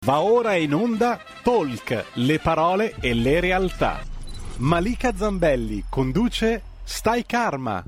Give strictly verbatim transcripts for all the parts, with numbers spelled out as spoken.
Va ora in onda Talk, le parole e le realtà. Malika Zambelli conduce Stai Karma.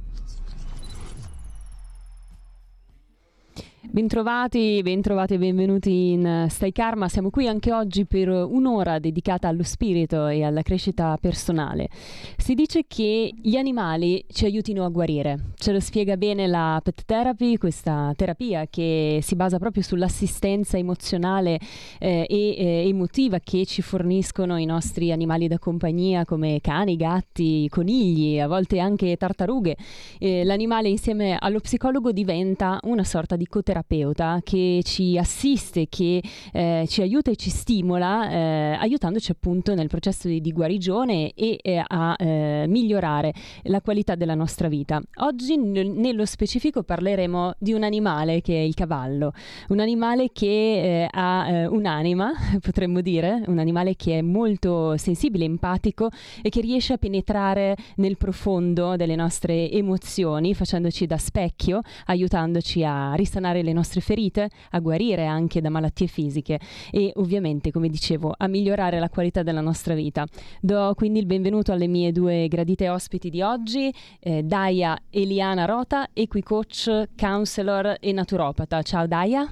Bentrovati, bentrovati e benvenuti in Stai Karma. Siamo qui anche oggi per un'ora dedicata allo spirito e alla crescita personale. Si dice che gli animali ci aiutino a guarire. Ce lo spiega bene la Pet Therapy, questa terapia che si basa proprio sull'assistenza emozionale eh, e eh, emotiva che ci forniscono i nostri animali da compagnia come cani, gatti, conigli, a volte anche tartarughe. Eh, l'animale insieme allo psicologo diventa una sorta di coterapeuta che ci assiste, che eh, ci aiuta e ci stimola, eh, aiutandoci appunto nel processo di, di guarigione e eh, a eh, migliorare la qualità della nostra vita. Oggi n- nello specifico parleremo di un animale che è il cavallo, un animale che eh, ha eh, un'anima, potremmo dire, un animale che è molto sensibile, empatico e che riesce a penetrare nel profondo delle nostre emozioni, facendoci da specchio, aiutandoci a risanare le nostre ferite, a guarire anche da malattie fisiche e ovviamente, come dicevo, a migliorare la qualità della nostra vita. Do quindi il benvenuto alle mie due gradite ospiti di oggi, eh, Daia Eliana Rota, equicoach, counselor e naturopata. Ciao Daia.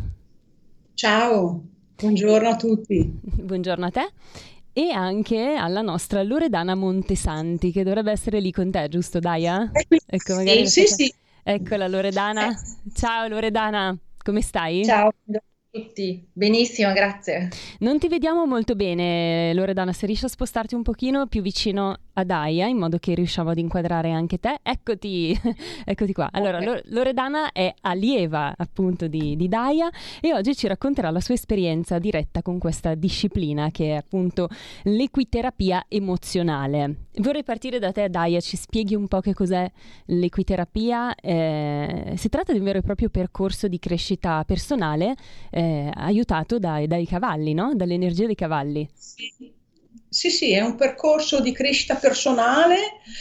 Ciao, buongiorno a tutti. Buongiorno a te. E anche alla nostra Loredana Montesanti, che dovrebbe essere lì con te, giusto Daia? Ecco, magari sì, sì, sì. Eccola Loredana. Ciao Loredana, come stai? Ciao a tutti, benissimo, grazie. Non ti vediamo molto bene Loredana, se riesci a spostarti un pochino più vicino a Daia in modo che riusciamo ad inquadrare anche te. Eccoti, eccoti qua. Allora, okay. Loredana è allieva appunto di, di Daia e oggi ci racconterà la sua esperienza diretta con questa disciplina che è appunto l'equiterapia emozionale. Vorrei partire da te Daia, ci spieghi un po' che cos'è l'equiterapia. Eh, si tratta di un vero e proprio percorso di crescita personale eh, aiutato dai, dai cavalli, no? Dall'energia dei cavalli. Sì. Sì, sì, è un percorso di crescita personale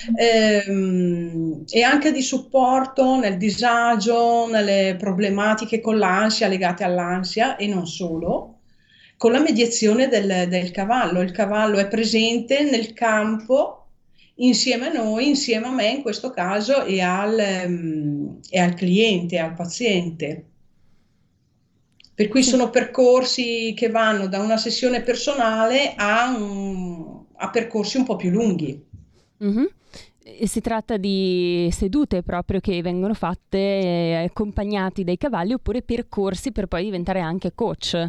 ehm, e anche di supporto nel disagio, nelle problematiche con l'ansia, legate all'ansia e non solo, con la mediazione del, del cavallo. Il cavallo è presente nel campo insieme a noi, insieme a me in questo caso e al, ehm, e al cliente, al paziente. Per cui Sì. Sono percorsi che vanno da una sessione personale a, un, a percorsi un po' più lunghi. Mm-hmm. E si tratta di sedute proprio che vengono fatte eh, accompagnati dai cavalli oppure percorsi per poi diventare anche coach.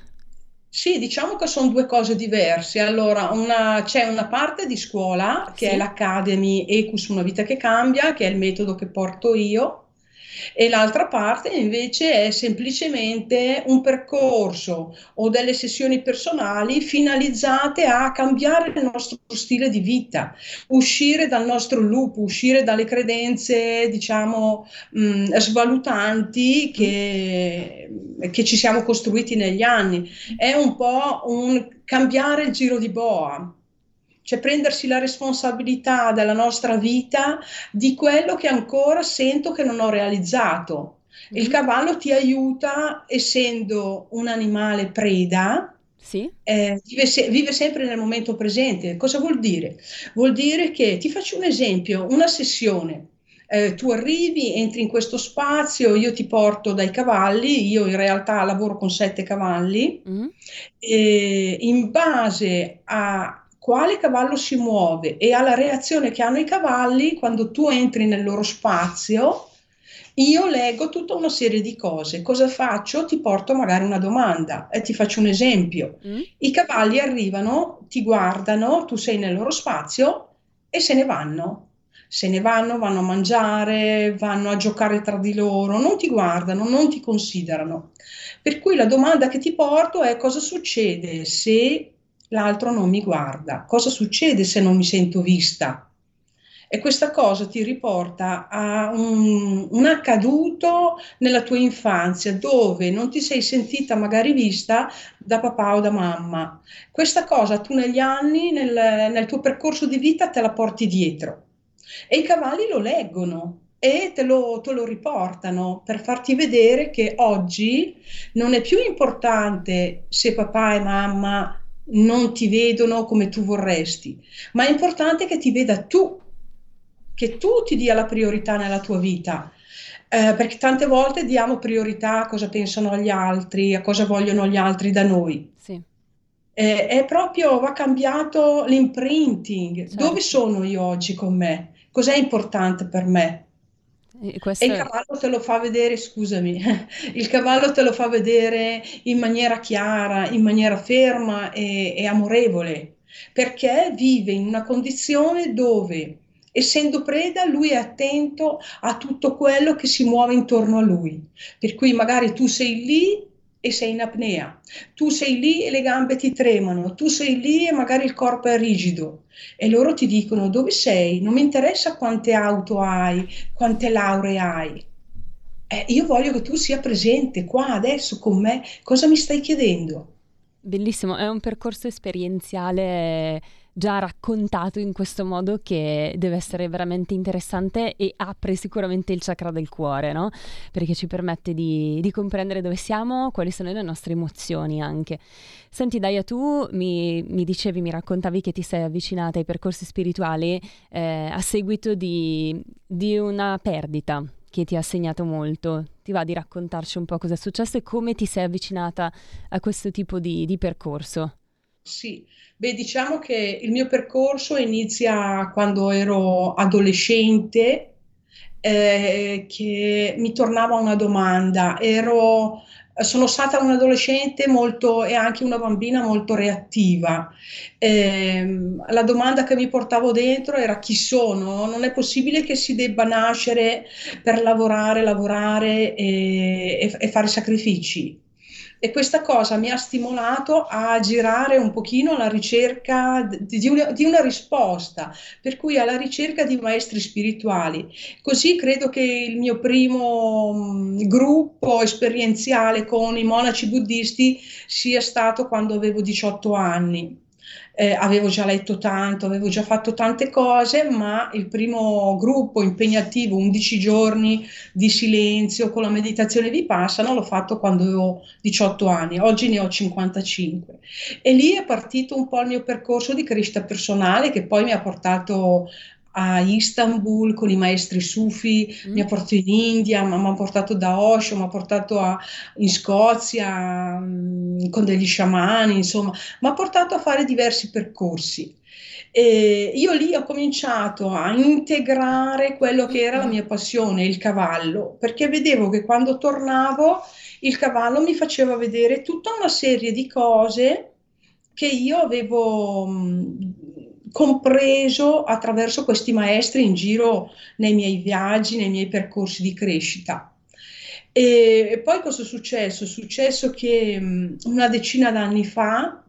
Sì, diciamo che sono due cose diverse. Allora, una, c'è una parte di scuola che Sì. è l'Academy Ecus Una Vita che Cambia, che è il metodo che porto io. E l'altra parte invece è semplicemente un percorso o delle sessioni personali finalizzate a cambiare il nostro stile di vita, uscire dal nostro loop, uscire dalle credenze, diciamo, mh, svalutanti che, che ci siamo costruiti negli anni. È un po' un cambiare il giro di boa. Cioè prendersi la responsabilità della nostra vita, di quello che ancora sento che non ho realizzato. Mm-hmm. Il cavallo ti aiuta, essendo un animale preda, sì. eh, vive, se- vive sempre nel momento presente. Cosa vuol dire? Vuol dire che, ti faccio un esempio, una sessione. Eh, tu arrivi, entri in questo spazio, io ti porto dai cavalli, io in realtà lavoro con sette cavalli, mm-hmm. e in base a quale cavallo si muove e alla reazione che hanno i cavalli quando tu entri nel loro spazio, io leggo tutta una serie di cose. Cosa faccio? Ti porto magari una domanda e ti faccio un esempio. Mm. I cavalli arrivano, ti guardano, tu sei nel loro spazio e se ne vanno. Se ne vanno, vanno a mangiare, vanno a giocare tra di loro, non ti guardano, non ti considerano. Per cui la domanda che ti porto è: cosa succede se l'altro non mi guarda? Cosa succede se non mi sento vista? E questa cosa ti riporta a un, un accaduto nella tua infanzia dove non ti sei sentita magari vista da papà o da mamma. Questa cosa tu negli anni, nel, nel tuo percorso di vita te la porti dietro e i cavalli lo leggono. e te lo, te lo riportano per farti vedere che oggi non è più importante se papà e mamma non ti vedono come tu vorresti, ma è importante che ti veda tu, che tu ti dia la priorità nella tua vita. Eh, perché tante volte diamo priorità a cosa pensano gli altri, a cosa vogliono gli altri da noi. Sì, Eh, è proprio, va cambiato l'imprinting. Dove certo. sono io oggi con me? Cos'è importante per me? E E il questo cavallo te lo fa vedere, scusami, il cavallo te lo fa vedere in maniera chiara, in maniera ferma e, e amorevole, perché vive in una condizione dove, essendo preda, lui è attento a tutto quello che si muove intorno a lui. Per cui magari tu sei lì e sei in apnea, tu sei lì e le gambe ti tremano, tu sei lì e magari il corpo è rigido. E loro ti dicono: dove sei? Non mi interessa quante auto hai, quante lauree hai. Eh, io voglio che tu sia presente qua adesso con me. Cosa mi stai chiedendo? bellissimo, è un percorso esperienziale già raccontato in questo modo che deve essere veramente interessante e apre sicuramente il chakra del cuore, no? Perché ci permette di, di comprendere dove siamo, quali sono le nostre emozioni anche. Senti, Daia, tu mi, mi dicevi, mi raccontavi che ti sei avvicinata ai percorsi spirituali eh, a seguito di, di una perdita che ti ha segnato molto. Ti va di raccontarci un po' cosa è successo e come ti sei avvicinata a questo tipo di, di percorso? Sì, beh, diciamo che il mio percorso inizia quando ero adolescente, eh, che mi tornava una domanda. Ero, sono stata un'adolescente molto e anche una bambina molto reattiva. Ehm, la domanda che mi portavo dentro era: chi sono? Non è possibile che si debba nascere per lavorare, lavorare e, e- e fare sacrifici. E questa cosa mi ha stimolato a girare un pochino alla ricerca di di una, di una risposta, per cui alla ricerca di maestri spirituali. Così credo che il mio primo mh, gruppo esperienziale con i monaci buddisti sia stato quando avevo diciotto anni. Eh, avevo già letto tanto, avevo già fatto tante cose, ma il primo gruppo impegnativo, undici giorni di silenzio con la meditazione vipassana, l'ho fatto quando avevo diciotto anni, oggi ne ho cinquantacinque. E lì è partito un po' il mio percorso di crescita personale, che poi mi ha portato a Istanbul con i maestri sufi, mi Mm? ha portato in India, ma mi ha portato da Osho, mi ha portato a- in Scozia, mh, con degli sciamani, insomma, mi ha portato a fare diversi percorsi. E io lì ho cominciato a integrare quello che era la mia passione, il cavallo, perché vedevo che quando tornavo il cavallo mi faceva vedere tutta una serie di cose che io avevo mh, compreso attraverso questi maestri in giro nei miei viaggi, nei miei percorsi di crescita. E, e poi cosa è successo? È successo che mh, una decina d'anni fa,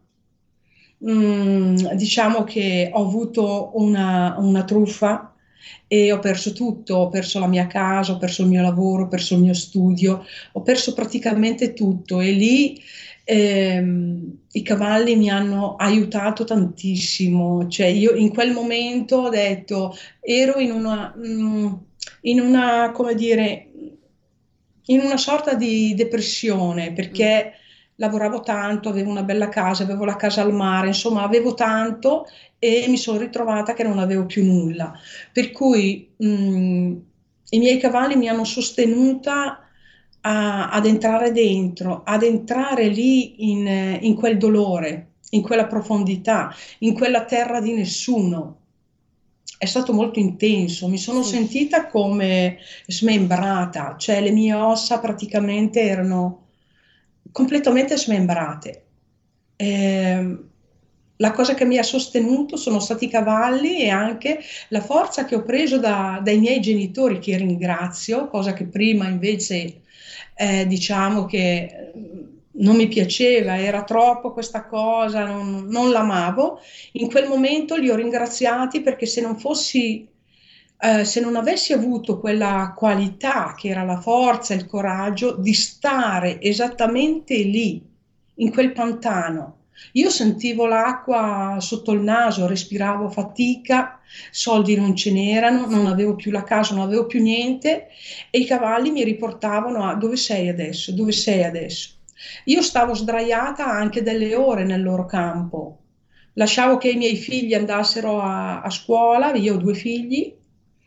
mh, diciamo che ho avuto una, una truffa e ho perso tutto, ho perso la mia casa, ho perso il mio lavoro, ho perso il mio studio, ho perso praticamente tutto e lì ehm, i cavalli mi hanno aiutato tantissimo, cioè io in quel momento ho detto, ero in una, mm, in una, come dire, in una sorta di depressione Mm. perché lavoravo tanto, avevo una bella casa, avevo la casa al mare, insomma avevo tanto e mi sono ritrovata che non avevo più nulla. Per cui mh, i miei cavalli mi hanno sostenuta a- ad entrare dentro, ad entrare lì in, eh, in quel dolore, in quella profondità, in quella terra di nessuno. È stato molto intenso, mi sono Sì. sentita come smembrata, cioè le mie ossa praticamente erano completamente smembrate. Ehm, la cosa che mi ha sostenuto sono stati i cavalli e anche la forza che ho preso da- dai miei genitori, che ringrazio, cosa che prima invece eh, diciamo che eh, non mi piaceva, era troppo questa cosa, non, non l'amavo. In quel momento li ho ringraziati perché se non fossi, eh, se non avessi avuto quella qualità che era la forza e il coraggio di stare esattamente lì, in quel pantano, Io sentivo l'acqua sotto il naso, respiravo a fatica, soldi non ce n'erano, non avevo più la casa, non avevo più niente e i cavalli mi riportavano a dove sei adesso, dove sei adesso. Io stavo sdraiata anche delle ore nel loro campo, lasciavo che i miei figli andassero a, a scuola, io ho due figli,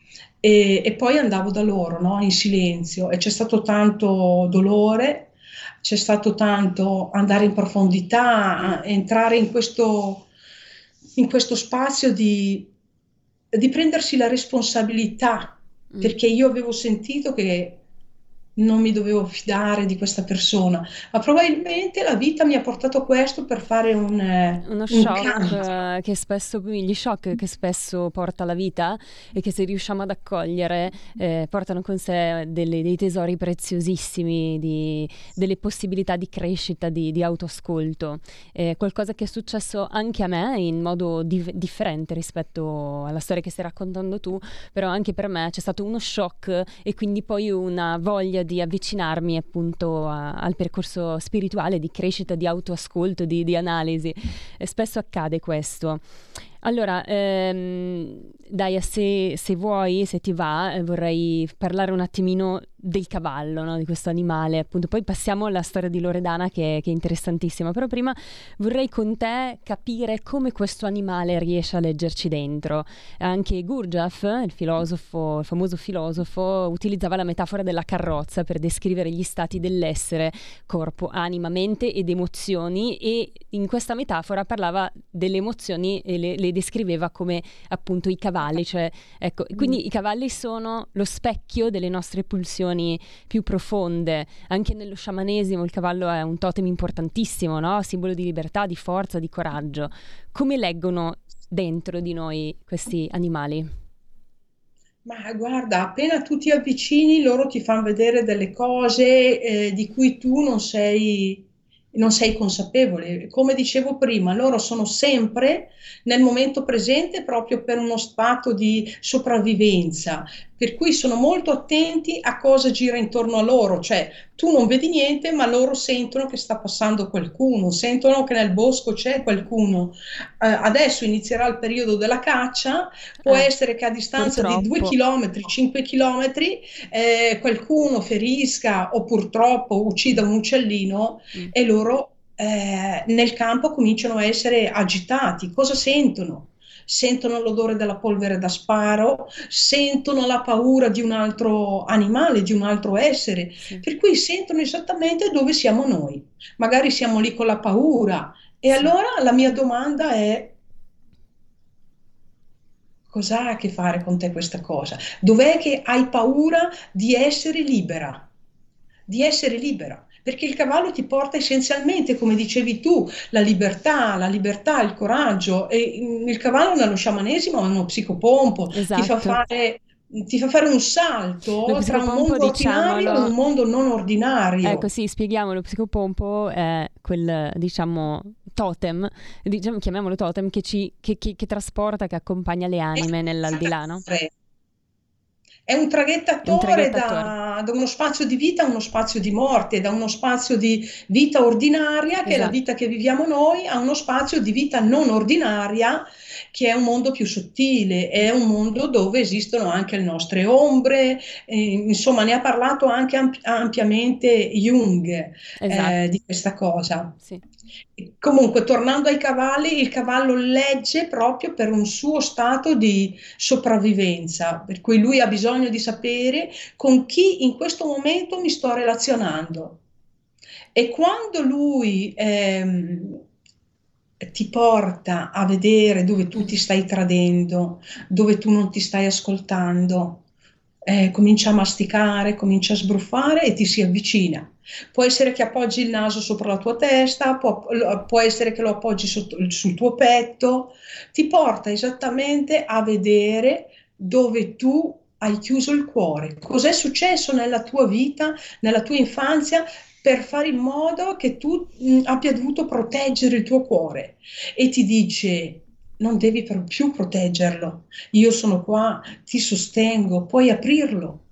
e, e poi andavo da loro, no, in silenzio e c'è stato tanto dolore, c'è stato tanto andare in profondità, entrare in questo, in questo spazio di, di prendersi la responsabilità, Mm. perché io avevo sentito che non mi dovevo fidare di questa persona, ma probabilmente la vita mi ha portato a questo per fare un, eh, Uno un shock cambio. eh, che spesso, gli shock che spesso porta la vita e che se riusciamo ad accogliere eh, portano con sé delle- dei tesori preziosissimi, di- delle possibilità di crescita, di, di autoascolto. Eh, qualcosa che è successo anche a me in modo div- differente rispetto alla storia che stai raccontando tu, però anche per me c'è stato uno shock e quindi poi una voglia di avvicinarmi appunto a- al percorso spirituale, di crescita, di autoascolto, di, di analisi. E spesso accade questo. Allora, ehm, Daia, se, se vuoi, se ti va, eh, vorrei parlare un attimino del cavallo, no? Di questo animale, appunto. Poi passiamo alla storia di Loredana che, che è interessantissima, però prima vorrei con te capire come questo animale riesce a leggerci dentro. Anche Gurdjieff, il filosofo, il famoso filosofo, utilizzava la metafora della carrozza per descrivere gli stati dell'essere, corpo, anima, mente ed emozioni, e in questa metafora parlava delle emozioni e le, le descriveva come appunto i cavalli, cioè ecco, quindi i cavalli sono lo specchio delle nostre pulsioni più profonde. Anche nello sciamanesimo il cavallo è un totem importantissimo, no? Simbolo di libertà, di forza, di coraggio. Come leggono dentro di noi questi animali? Ma guarda, appena tu ti avvicini, loro ti fanno vedere delle cose eh, di cui tu non sei, non sei consapevole. Come dicevo prima, loro sono sempre nel momento presente proprio per uno stato di sopravvivenza, per cui sono molto attenti a cosa gira intorno a loro, cioè tu non vedi niente, ma loro sentono che sta passando qualcuno, sentono che nel bosco c'è qualcuno. Eh, adesso inizierà il periodo della caccia, può Eh, essere che a distanza di due purtroppo. chilometri, cinque chilometri, eh, qualcuno ferisca o purtroppo uccida un uccellino Mm. e loro eh, nel campo cominciano a essere agitati. Cosa sentono? Sentono l'odore della polvere da sparo, sentono la paura di un altro animale, di un altro essere, Sì, per cui sentono esattamente dove siamo noi. Magari siamo lì con la paura. E sì. allora la mia domanda è: cosa ha a che fare con te questa cosa? Dov'è che hai paura di essere libera? Di essere libera? Perché il cavallo ti porta essenzialmente, come dicevi tu, la libertà, la libertà, il coraggio. E mm, il cavallo nello sciamanesimo è uno psicopompo, ti fa Esatto. fare, ti fa fare un Lo salto tra un psicopompo, mondo ordinario e diciamolo, un mondo non ecco ordinario. sì, spieghiamolo, lo psicopompo è quel, diciamo, totem, diciamo, chiamiamolo totem, che ci che, che- che trasporta, che accompagna le anime nell'aldilà, no? È un È un traghettatore traghettatore. da, da uno spazio di vita a uno spazio di morte, da uno spazio di vita ordinaria, che è la Esatto. vita che viviamo noi, a uno spazio di vita non ordinaria, che è un mondo più sottile, è un mondo dove esistono anche le nostre ombre, eh, insomma ne ha parlato anche ampi- ampiamente Jung eh, Esatto. di questa cosa. Sì. Comunque, tornando ai cavalli, il cavallo legge proprio per un suo stato di sopravvivenza, per cui lui ha bisogno di sapere con chi in questo momento mi sto relazionando. E quando lui ehm, ti porta a vedere dove tu ti stai tradendo, dove tu non ti stai ascoltando, eh, comincia a masticare, comincia a sbruffare e ti si avvicina. Può essere che appoggi il naso sopra la tua testa, può, può essere che lo appoggi sotto, sul tuo petto, ti porta esattamente a vedere dove tu hai chiuso il cuore. Cos'è successo nella tua vita, nella tua infanzia, per fare in modo che tu mh, abbia dovuto proteggere il tuo cuore. E ti dice: non devi più proteggerlo, io sono qua, ti sostengo, puoi aprirlo,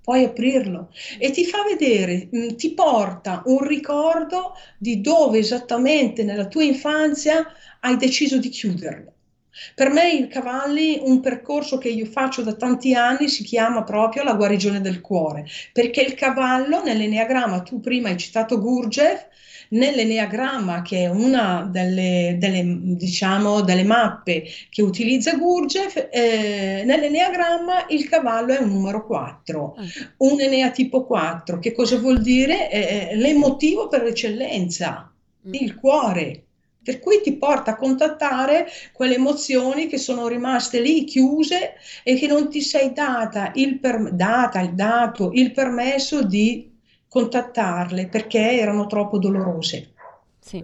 puoi aprirlo e ti fa vedere, mh, ti porta un ricordo di dove esattamente nella tua infanzia hai deciso di chiuderlo. Per me i cavalli, un percorso che io faccio da tanti anni, si chiama proprio la guarigione del cuore, perché il cavallo nell'enneagramma, tu prima hai citato Gurdjieff, nell'enneagramma, che è una delle, delle, diciamo, delle mappe che utilizza Gurdjieff, eh, nell'enneagramma il cavallo è un numero quattro, Ah. un Enea tipo quattro. Che cosa vuol dire? Eh, l'emotivo per eccellenza, Mm. il cuore. Per cui ti porta a contattare quelle emozioni che sono rimaste lì chiuse e che non ti sei data il, per, data, il dato il permesso di contattarle perché erano troppo dolorose. Sì.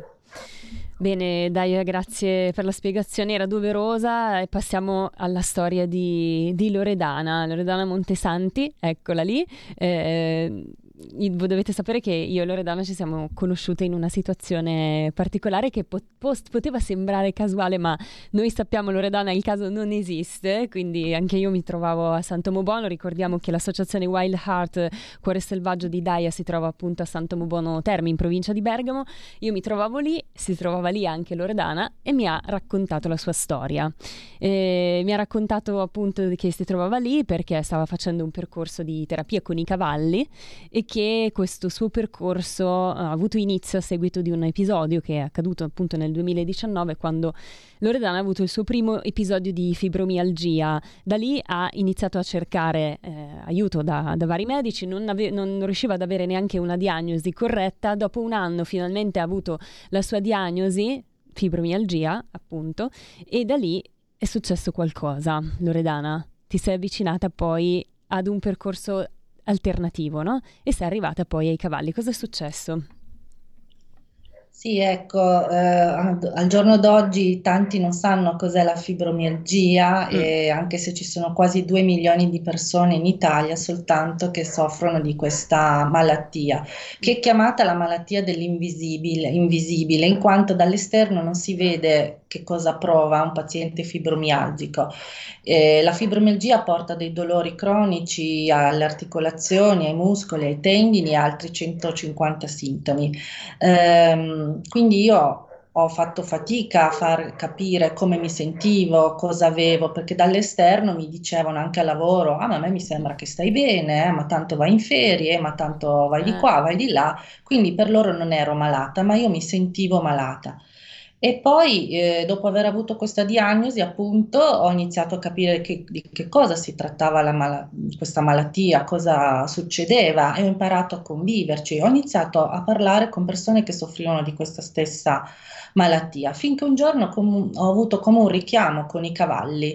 Bene, dai, grazie per la spiegazione, era doverosa e passiamo alla storia di, di Loredana, Loredana Montesanti, eccola lì. Eh, voi dovete sapere che io e Loredana ci siamo conosciute in una situazione particolare che pot- post- poteva sembrare casuale, ma noi sappiamo, Loredana, il caso non esiste, quindi anche io mi trovavo a Sant'Omobono. Ricordiamo che l'associazione Wild Heart Cuore Selvaggio di Daia si trova appunto a Sant'Omobono Terme, in provincia di Bergamo. Io mi trovavo lì, si trovava lì anche Loredana e mi ha raccontato la sua storia. E mi ha raccontato appunto che si trovava lì perché stava facendo un percorso di terapia con i cavalli e che questo suo percorso ha avuto inizio a seguito di un episodio che è accaduto appunto nel duemiladiciannove, quando Loredana ha avuto il suo primo episodio di fibromialgia. Da lì ha iniziato a cercare eh, aiuto da, da vari medici, non, ave- non riusciva ad avere neanche una diagnosi corretta. Dopo un anno finalmente ha avuto la sua diagnosi, fibromialgia appunto, e da lì è successo qualcosa. Loredana, ti sei avvicinata poi ad un percorso alternativo, no? E sei arrivata poi ai cavalli. Cosa è successo? Sì, ecco, eh, ad- al giorno d'oggi tanti non sanno cos'è la fibromialgia Mm. e anche se ci sono quasi due milioni di persone in Italia soltanto che soffrono di questa malattia, che è chiamata la malattia dell'invisibile, invisibile, in quanto dall'esterno non si vede che cosa prova un paziente fibromialgico. Eh, la fibromialgia porta dei dolori cronici alle articolazioni, ai muscoli, ai tendini e altri centocinquanta sintomi. Ehm, quindi io ho fatto fatica a far capire come mi sentivo, cosa avevo, perché dall'esterno mi dicevano anche al lavoro, ah, ma a me mi sembra che stai bene, eh, ma tanto vai in ferie, ma tanto vai di Eh, qua, vai di là, quindi per loro non ero malata, ma io mi sentivo malata. E poi, eh, dopo aver avuto questa diagnosi, appunto, ho iniziato a capire che- di che cosa si trattava la mala- questa malattia, cosa succedeva e ho imparato a conviverci. Ho iniziato a parlare con persone che soffrivano di questa stessa malattia, finché un giorno com- ho avuto come un richiamo con i cavalli.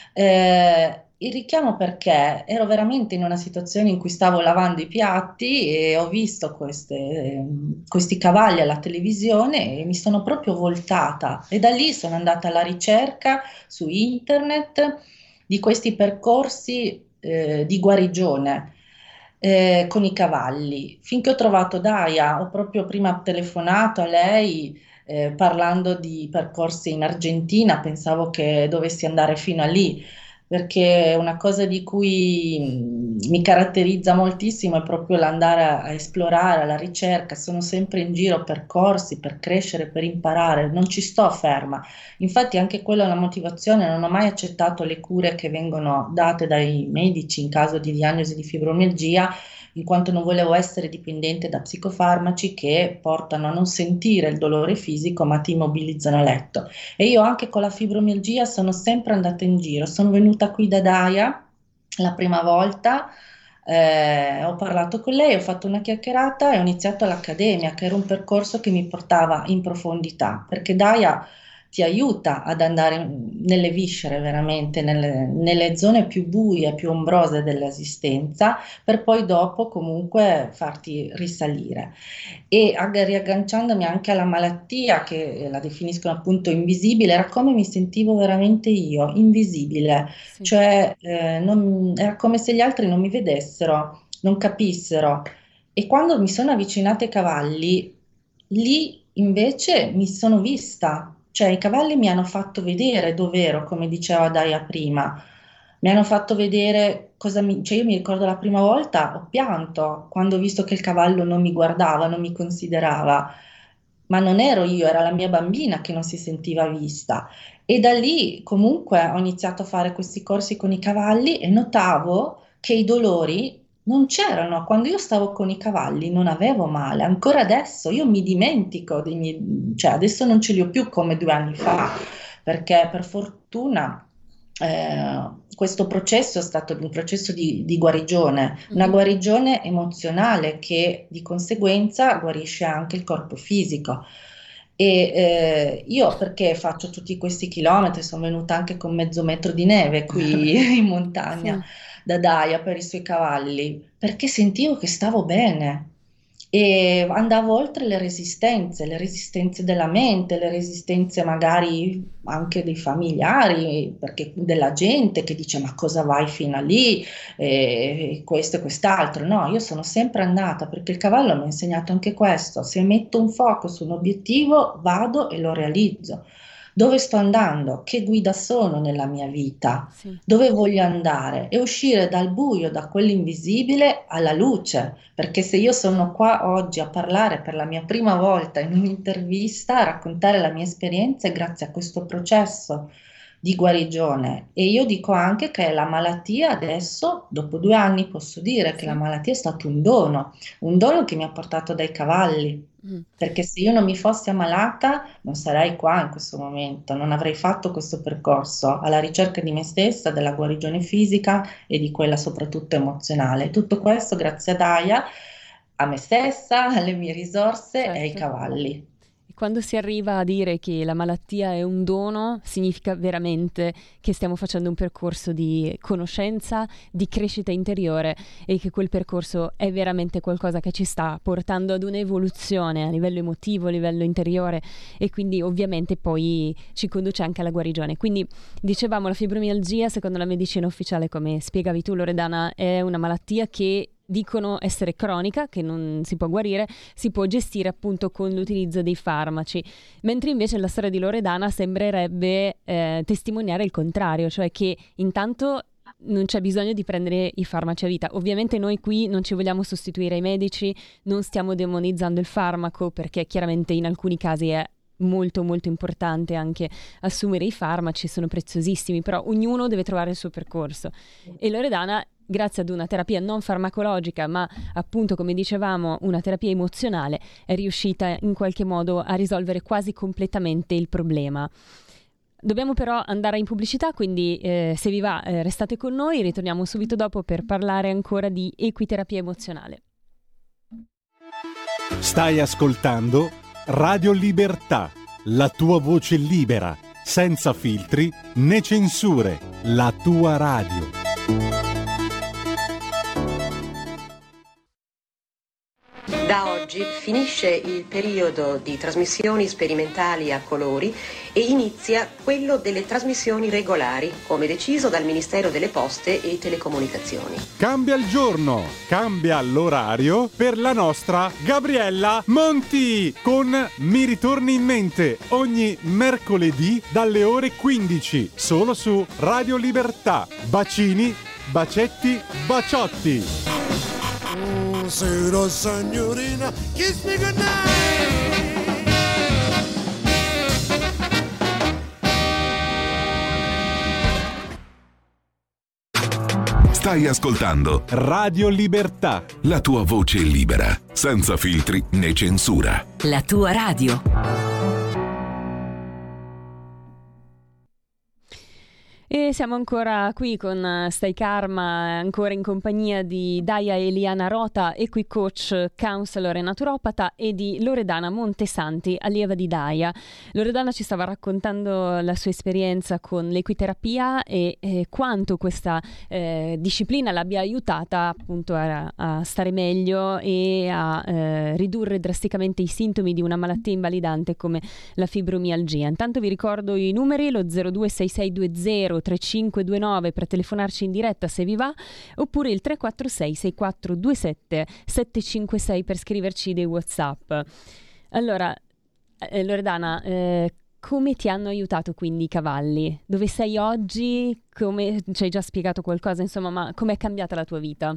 Eh, il richiamo perché ero veramente in una situazione in cui stavo lavando i piatti e ho visto queste- questi cavalli alla televisione e mi sono proprio voltata e da lì sono andata alla ricerca su internet di questi percorsi eh, di guarigione eh, con i cavalli. Finché ho trovato Daia, ho proprio prima telefonato a lei eh, parlando di percorsi in Argentina, pensavo che dovessi andare fino a lì perché è una cosa di cui mh, mi caratterizza moltissimo è proprio l'andare a, a esplorare, alla ricerca, sono sempre in giro per corsi, per crescere, per imparare, non ci sto ferma. Infatti anche quella è una motivazione, non ho mai accettato le cure che vengono date dai medici in caso di diagnosi di fibromialgia, in quanto non volevo essere dipendente da psicofarmaci che portano a non sentire il dolore fisico ma ti immobilizzano a letto. E io anche con la fibromialgia sono sempre andata in giro, sono venuta qui da Daia la prima volta, eh, ho parlato con lei, ho fatto una chiacchierata e ho iniziato all'accademia, che era un percorso che mi portava in profondità, perché Daia ti aiuta ad andare nelle viscere veramente, nelle, nelle zone più buie, più ombrose dell'esistenza, per poi dopo comunque farti risalire e ag- riagganciandomi anche alla malattia che la definiscono appunto invisibile, era come mi sentivo veramente io, invisibile, sì. cioè eh, non- era come se gli altri non mi vedessero, non capissero. E quando mi sono avvicinata ai cavalli, lì invece mi sono vista, cioè i cavalli mi hanno fatto vedere dov'ero, come diceva Daia prima. mi hanno fatto vedere cosa mi... Cioè io mi ricordo la prima volta ho pianto quando ho visto che il cavallo non mi guardava, non mi considerava, ma non ero io, era la mia bambina che non si sentiva vista. E da lì comunque ho iniziato a fare questi corsi con i cavalli e notavo che i dolori non c'erano. Quando io stavo con i cavalli non avevo male, ancora adesso io mi dimentico dei miei... Cioè adesso non ce li ho più come due anni fa, perché per fortuna... Eh, questo processo è stato un processo di, di guarigione, una guarigione emozionale che di conseguenza guarisce anche il corpo fisico. E eh, io perché faccio tutti questi chilometri, sono venuta anche con mezzo metro di neve qui in montagna Sì. da Daia per i suoi cavalli, perché sentivo che stavo bene. E andavo oltre le resistenze, le resistenze della mente, le resistenze magari anche dei familiari, perché della gente che dice ma cosa vai fino a lì, e questo e quest'altro. No, io sono sempre andata perché il cavallo mi ha insegnato anche questo: se metto un foco su un obiettivo vado e lo realizzo. Dove sto andando? Che guida sono nella mia vita? Sì. Dove voglio andare? E uscire dal buio, da quell'invisibile alla luce, perché se io sono qua oggi a parlare per la mia prima volta in un'intervista, a raccontare la mia esperienza, è grazie a questo processo di guarigione. E io dico anche che la malattia adesso, dopo due anni, posso dire che Sì. la malattia è stato un dono, un dono che mi ha portato dai cavalli. Mm. Perché se io non mi fossi ammalata non sarei qua in questo momento, non avrei fatto questo percorso alla ricerca di me stessa, della guarigione fisica e di quella soprattutto emozionale. Tutto questo grazie a Daia, a me stessa, alle mie risorse e ai Certo. cavalli. Quando si arriva a dire che la malattia è un dono, significa veramente che stiamo facendo un percorso di conoscenza, di crescita interiore, e che quel percorso è veramente qualcosa che ci sta portando ad un'evoluzione a livello emotivo, a livello interiore, e quindi ovviamente poi ci conduce anche alla guarigione. Quindi dicevamo, la fibromialgia, secondo la medicina ufficiale, come spiegavi tu Loredana, è una malattia che dicono essere cronica, che non si può guarire, si può gestire appunto con l'utilizzo dei farmaci, mentre invece la storia di Loredana sembrerebbe eh, testimoniare il contrario, cioè che intanto non c'è bisogno di prendere i farmaci a vita. Ovviamente noi qui non ci vogliamo sostituire ai medici, non stiamo demonizzando il farmaco, perché chiaramente in alcuni casi è molto molto importante anche assumere i farmaci, sono preziosissimi, però ognuno deve trovare il suo percorso. E Loredana, grazie ad una terapia non farmacologica, ma appunto, come dicevamo, una terapia emozionale, è riuscita in qualche modo a risolvere quasi completamente il problema. Dobbiamo però andare in pubblicità, quindi eh, se vi va eh, restate con noi, ritorniamo subito dopo per parlare ancora di equiterapia emozionale. Stai ascoltando Radio Libertà, la tua voce libera, senza filtri né censure, la tua radio. Da oggi finisce il periodo di trasmissioni sperimentali a colori e inizia quello delle trasmissioni regolari, come deciso dal Ministero delle Poste e Telecomunicazioni. Cambia il giorno, cambia l'orario per la nostra Gabriella Monti con Mi ritorni in mente ogni mercoledì dalle ore quindici, solo su Radio Libertà. Bacini, bacetti, baciotti. Buonasera signorina, kiss me goodnight. Stai ascoltando Radio Libertà, la tua voce libera, senza filtri né censura. La tua radio. E siamo ancora qui con Stai Karma, ancora in compagnia di Daia Eliana Rota, equicoach, counselor e naturopata, e di Loredana Montesanti, allieva di Daia. Loredana ci stava raccontando la sua esperienza con l'equiterapia e eh, quanto questa eh, disciplina l'abbia aiutata appunto a, a stare meglio e a eh, ridurre drasticamente i sintomi di una malattia invalidante come la fibromialgia. Intanto vi ricordo i numeri: lo zero due sei sei due zero tre cinque due nove per telefonarci in diretta se vi va, oppure il tre quattro sei sei quattro due sette sette cinque sei per scriverci dei WhatsApp. Allora, eh, Loredana, eh, come ti hanno aiutato quindi i cavalli? Dove sei oggi? Come, ci hai già spiegato qualcosa, insomma, ma com'è cambiata la tua vita?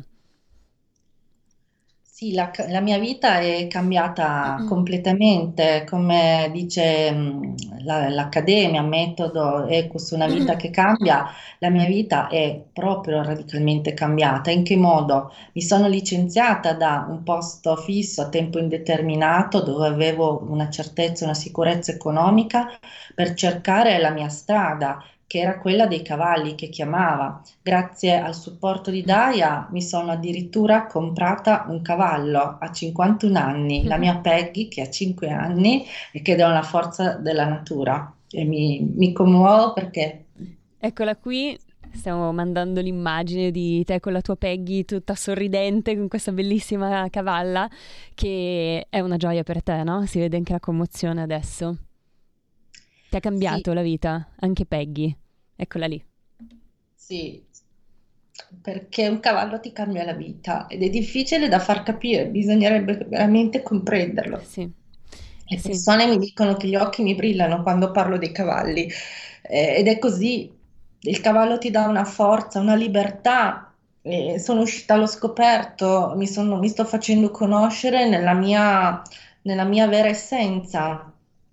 Sì, la, la mia vita è cambiata completamente, come dice mh, la- l'Accademia, metodo Ecos, una vita che cambia, la mia vita è proprio radicalmente cambiata. In che modo? Mi sono licenziata da un posto fisso a tempo indeterminato dove avevo una certezza, una sicurezza economica per cercare la mia strada, che era quella dei cavalli che chiamava. Grazie al supporto di Daia mi sono addirittura comprata un cavallo a cinquantuno anni, la mia Peggy che ha cinque anni e che è una forza della natura. E mi, mi commuovo perché Eccola qui, stiamo mandando l'immagine di te con la tua Peggy tutta sorridente con questa bellissima cavalla che è una gioia per te, no? Si vede anche la commozione adesso. Ti ha cambiato sì, la vita, anche Peggy. Eccola lì. sì, perché un cavallo ti cambia la vita ed è difficile da far capire, bisognerebbe veramente comprenderlo. Sì, Le sì, persone mi dicono che gli occhi mi brillano quando parlo dei cavalli, eh, ed è così. Il cavallo ti dà una forza, una libertà. Eh, sono uscita allo scoperto, mi sono- mi sto facendo conoscere nella mia, nella mia vera essenza.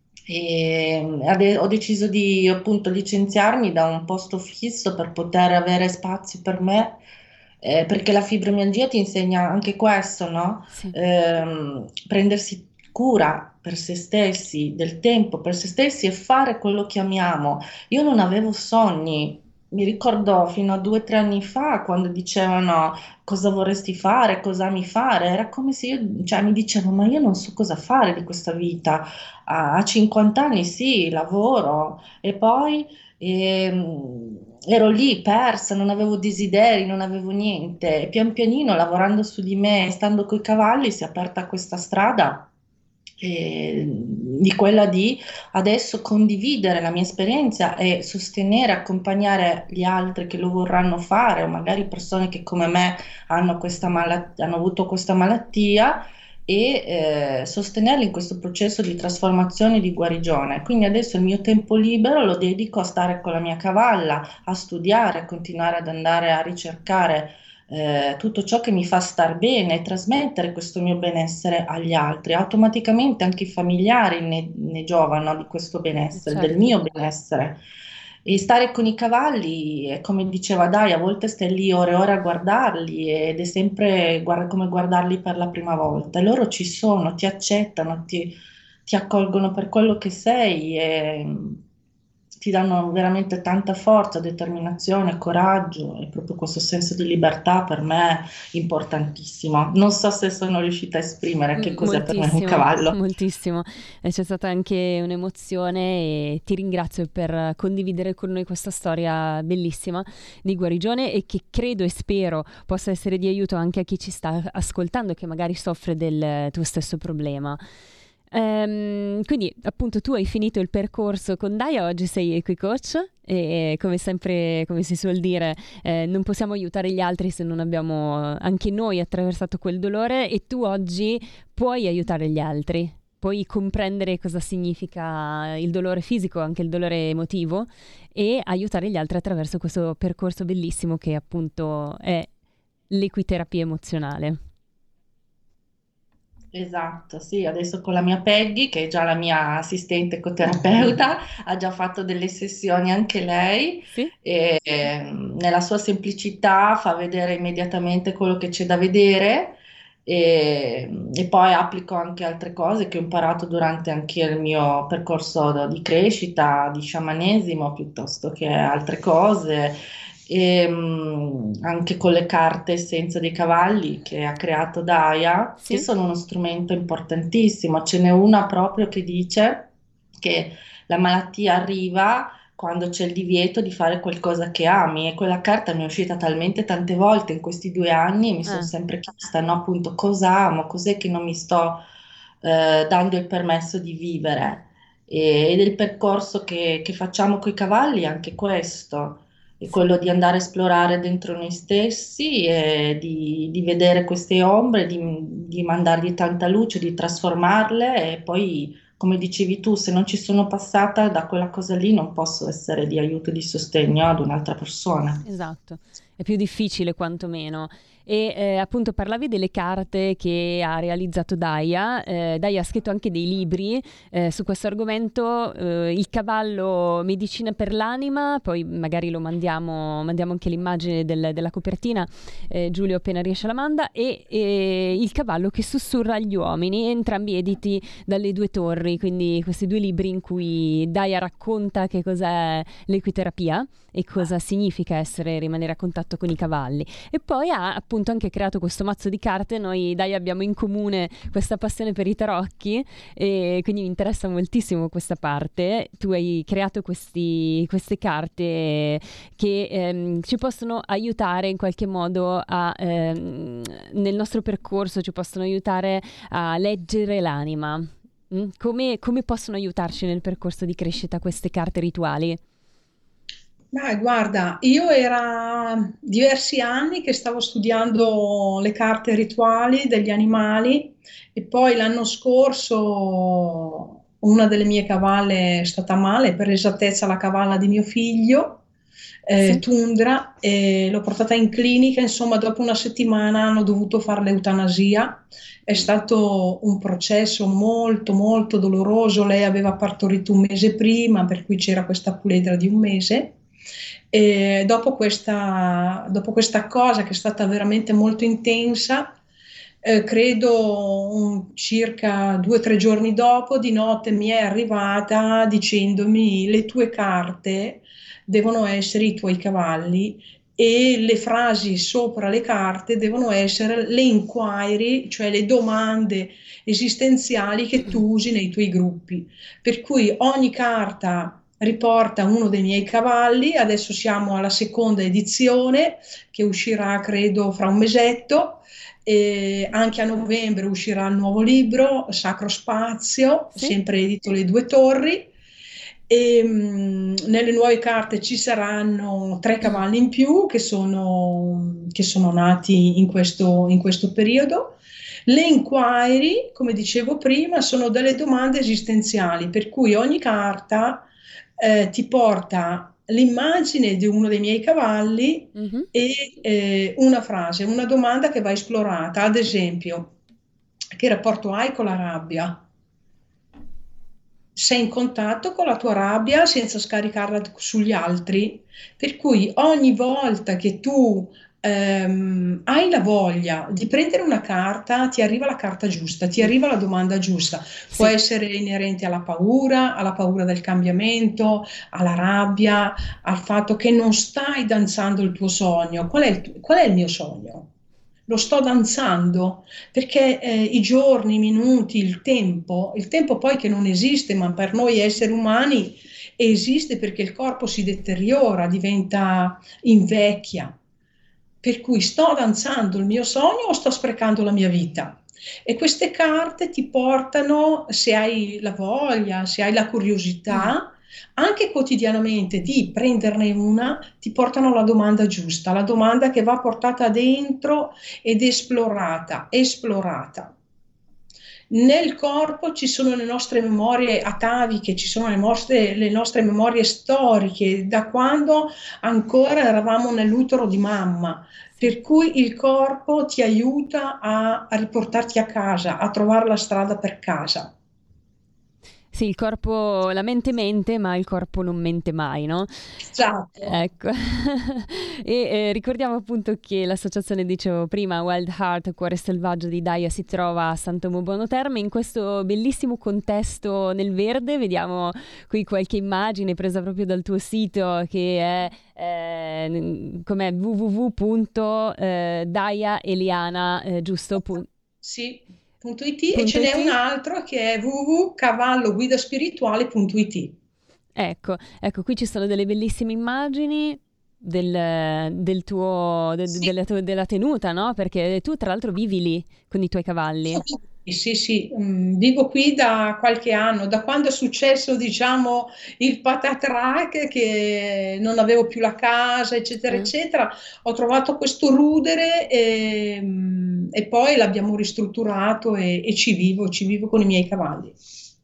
E ade- ho deciso di appunto licenziarmi da un posto fisso per poter avere spazio per me, eh, perché la fibromialgia ti insegna anche questo, no? sì. Ehm, prendersi cura per se stessi, del tempo per se stessi e fare quello che amiamo. Io non avevo sogni. Mi ricordo fino a due o tre anni fa quando dicevano cosa vorresti fare, cosa ami fare, era come se io, cioè, mi dicevo, ma io non so cosa fare di questa vita. A, a cinquanta anni sì, lavoro e poi ehm, ero lì persa, non avevo desideri, non avevo niente. E pian pianino, lavorando su di me, stando coi cavalli, si è aperta questa strada, eh, di quella di adesso condividere la mia esperienza e sostenere, accompagnare gli altri che lo vorranno fare, o magari persone che come me hanno questa malat- hanno avuto questa malattia e eh, sostenerli in questo processo di trasformazione e di guarigione. Quindi adesso il mio tempo libero lo dedico a stare con la mia cavalla, a studiare, a continuare ad andare a ricercare eh, tutto ciò che mi fa star bene e trasmettere questo mio benessere agli altri. Automaticamente anche i familiari ne, ne giovano di questo benessere, del Certo. mio benessere. E stare con i cavalli, è come diceva Dai, a volte stai lì ore e ore a guardarli ed è sempre guarda- come guardarli per la prima volta. E loro ci sono, ti accettano, ti, ti accolgono per quello che sei e ti danno veramente tanta forza, determinazione, coraggio e proprio questo senso di libertà per me è importantissimo. Non so se sono riuscita a esprimere che M- cos'è per me un Moltissimo, cavallo. moltissimo. E c'è stata anche un'emozione e ti ringrazio per condividere con noi questa storia bellissima di guarigione e che credo e spero possa essere di aiuto anche a chi ci sta ascoltando e che magari soffre del tuo stesso problema. Ehm, quindi appunto tu hai finito il percorso con Daia, oggi sei equicoach e come sempre, come si suol dire, eh, non possiamo aiutare gli altri se non abbiamo anche noi attraversato quel dolore e tu oggi puoi aiutare gli altri, puoi comprendere cosa significa il dolore fisico, anche il dolore emotivo e aiutare gli altri attraverso questo percorso bellissimo che appunto è l'equiterapia emozionale. Esatto, sì, adesso con la mia Peggy, che è già la mia assistente ecoterapeuta, ha già fatto delle sessioni anche lei Sì? e ehm, nella sua semplicità fa vedere immediatamente quello che c'è da vedere e, e poi applico anche altre cose che ho imparato durante anche il mio percorso di crescita, di sciamanesimo, piuttosto che altre cose. E, mh, anche con le carte Essenza dei cavalli che ha creato Daya, che Sì? sono uno strumento importantissimo. Ce n'è una proprio che dice che la malattia arriva quando c'è il divieto di fare qualcosa che ami, e quella carta mi è uscita talmente tante volte in questi due anni e mi sono Ah, sempre chiesta, no, appunto, cosa amo, cos'è che non mi sto eh, dando il permesso di vivere. E- ed è il percorso che, che facciamo con i cavalli, è anche questo, è sì. quello di andare a esplorare dentro noi stessi e di, di vedere queste ombre, di, di mandargli tanta luce, di trasformarle e poi come dicevi tu, se non ci sono passata da quella cosa lì non posso essere di aiuto e di sostegno ad un'altra persona. Esatto, è più difficile quantomeno. E eh, appunto parlavi delle carte che ha realizzato Daia. Eh, Daia ha scritto anche dei libri eh, su questo argomento, eh, Il cavallo, medicina per l'anima, poi magari lo mandiamo, mandiamo anche l'immagine del- della copertina, eh, Giulio appena riesce la manda, e, e Il cavallo che sussurra agli uomini, entrambi editi dalle Due Torri, quindi questi due libri in cui Daia racconta che cos'è l'equiterapia e cosa significa essere, rimanere a contatto con i cavalli. E poi ha appunto anche creato questo mazzo di carte. Noi dai abbiamo in comune questa passione per i tarocchi e quindi mi interessa moltissimo questa parte. Tu hai creato questi, queste carte che ehm, ci possono aiutare in qualche modo a, ehm, nel nostro percorso, ci possono aiutare a leggere l'anima. Mm? Come, come possono aiutarci nel percorso di crescita queste carte rituali? Ma guarda, io era diversi anni che stavo studiando le carte rituali degli animali e poi l'anno scorso una delle mie cavalle è stata male, per esattezza la cavalla di mio figlio, eh, Sì. Tundra, e l'ho portata in clinica, insomma dopo una settimana hanno dovuto fare l'eutanasia. È stato un processo molto molto doloroso, lei aveva partorito un mese prima, per cui c'era questa puledra di un mese. E dopo questa, dopo questa cosa che è stata veramente molto intensa, eh, credo un- circa due o tre giorni dopo, di notte mi è arrivata dicendomi: le tue carte devono essere i tuoi cavalli e le frasi sopra le carte devono essere le inquiry, cioè le domande esistenziali che tu usi nei tuoi gruppi. Per cui ogni carta riporta uno dei miei cavalli. Adesso siamo alla seconda edizione che uscirà credo fra un mesetto, e anche a novembre uscirà il nuovo libro Sacro Spazio, Sì? sempre edito Le Due Torri. E mh, nelle nuove carte ci saranno tre cavalli in più che sono, che sono nati in questo, in questo periodo. Le inquiry, come dicevo prima, sono delle domande esistenziali, per cui ogni carta eh, ti porta l'immagine di uno dei miei cavalli Mhm. e eh, una frase, una domanda che va esplorata. Ad esempio, che rapporto hai con la rabbia? Sei in contatto con la tua rabbia senza scaricarla sugli altri? Per cui ogni volta che tu ehm, hai la voglia di prendere una carta, ti arriva la carta giusta, ti arriva la domanda giusta. Può Sì. essere inerente alla paura, alla paura del cambiamento, alla rabbia, al fatto che non stai danzando il tuo sogno. Qual è il, tu- qual è il mio sogno? Lo sto danzando perché eh, i giorni, i minuti, il tempo, il tempo poi che non esiste, ma per noi esseri umani esiste perché il corpo si deteriora, diventa invecchia. Per cui sto danzando il mio sogno o sto sprecando la mia vita? E queste carte ti portano, se hai la voglia, se hai la curiosità, anche quotidianamente di prenderne una, ti portano alla domanda giusta, la domanda che va portata dentro ed esplorata, esplorata. Nel corpo ci sono le nostre memorie ataviche, ci sono le nostre, le nostre memorie storiche, da quando ancora eravamo nell'utero di mamma, per cui il corpo ti aiuta a, a riportarti a casa, a trovare la strada per casa. Sì, il corpo, la mente mente, ma il corpo non mente mai, no? Esatto. Ecco. E eh, ricordiamo appunto che l'associazione, dicevo prima, Wild Heart, Cuore Selvaggio di Daia, si trova a Santomo Buono Terme, in questo bellissimo contesto nel verde. Vediamo qui qualche immagine presa proprio dal tuo sito, che è eh, com'è, w w w punto daia eliana, eh, giusto? Pun- Sì, punto it, e punto ce n'è it? un altro che è w w w punto cavalloguidaspirituale punto it. Ecco, ecco, qui ci sono delle bellissime immagini del, del tuo, de- Sì. della, tua- della tenuta, no? Perché tu tra l'altro vivi lì con i tuoi cavalli. Sì, sì, sì, mm, vivo qui da qualche anno, da quando è successo, diciamo, il patatrac, che non avevo più la casa, eccetera, Eh. eccetera. Ho trovato questo rudere e, mm, e poi l'abbiamo ristrutturato e, e ci vivo, ci vivo con i miei cavalli.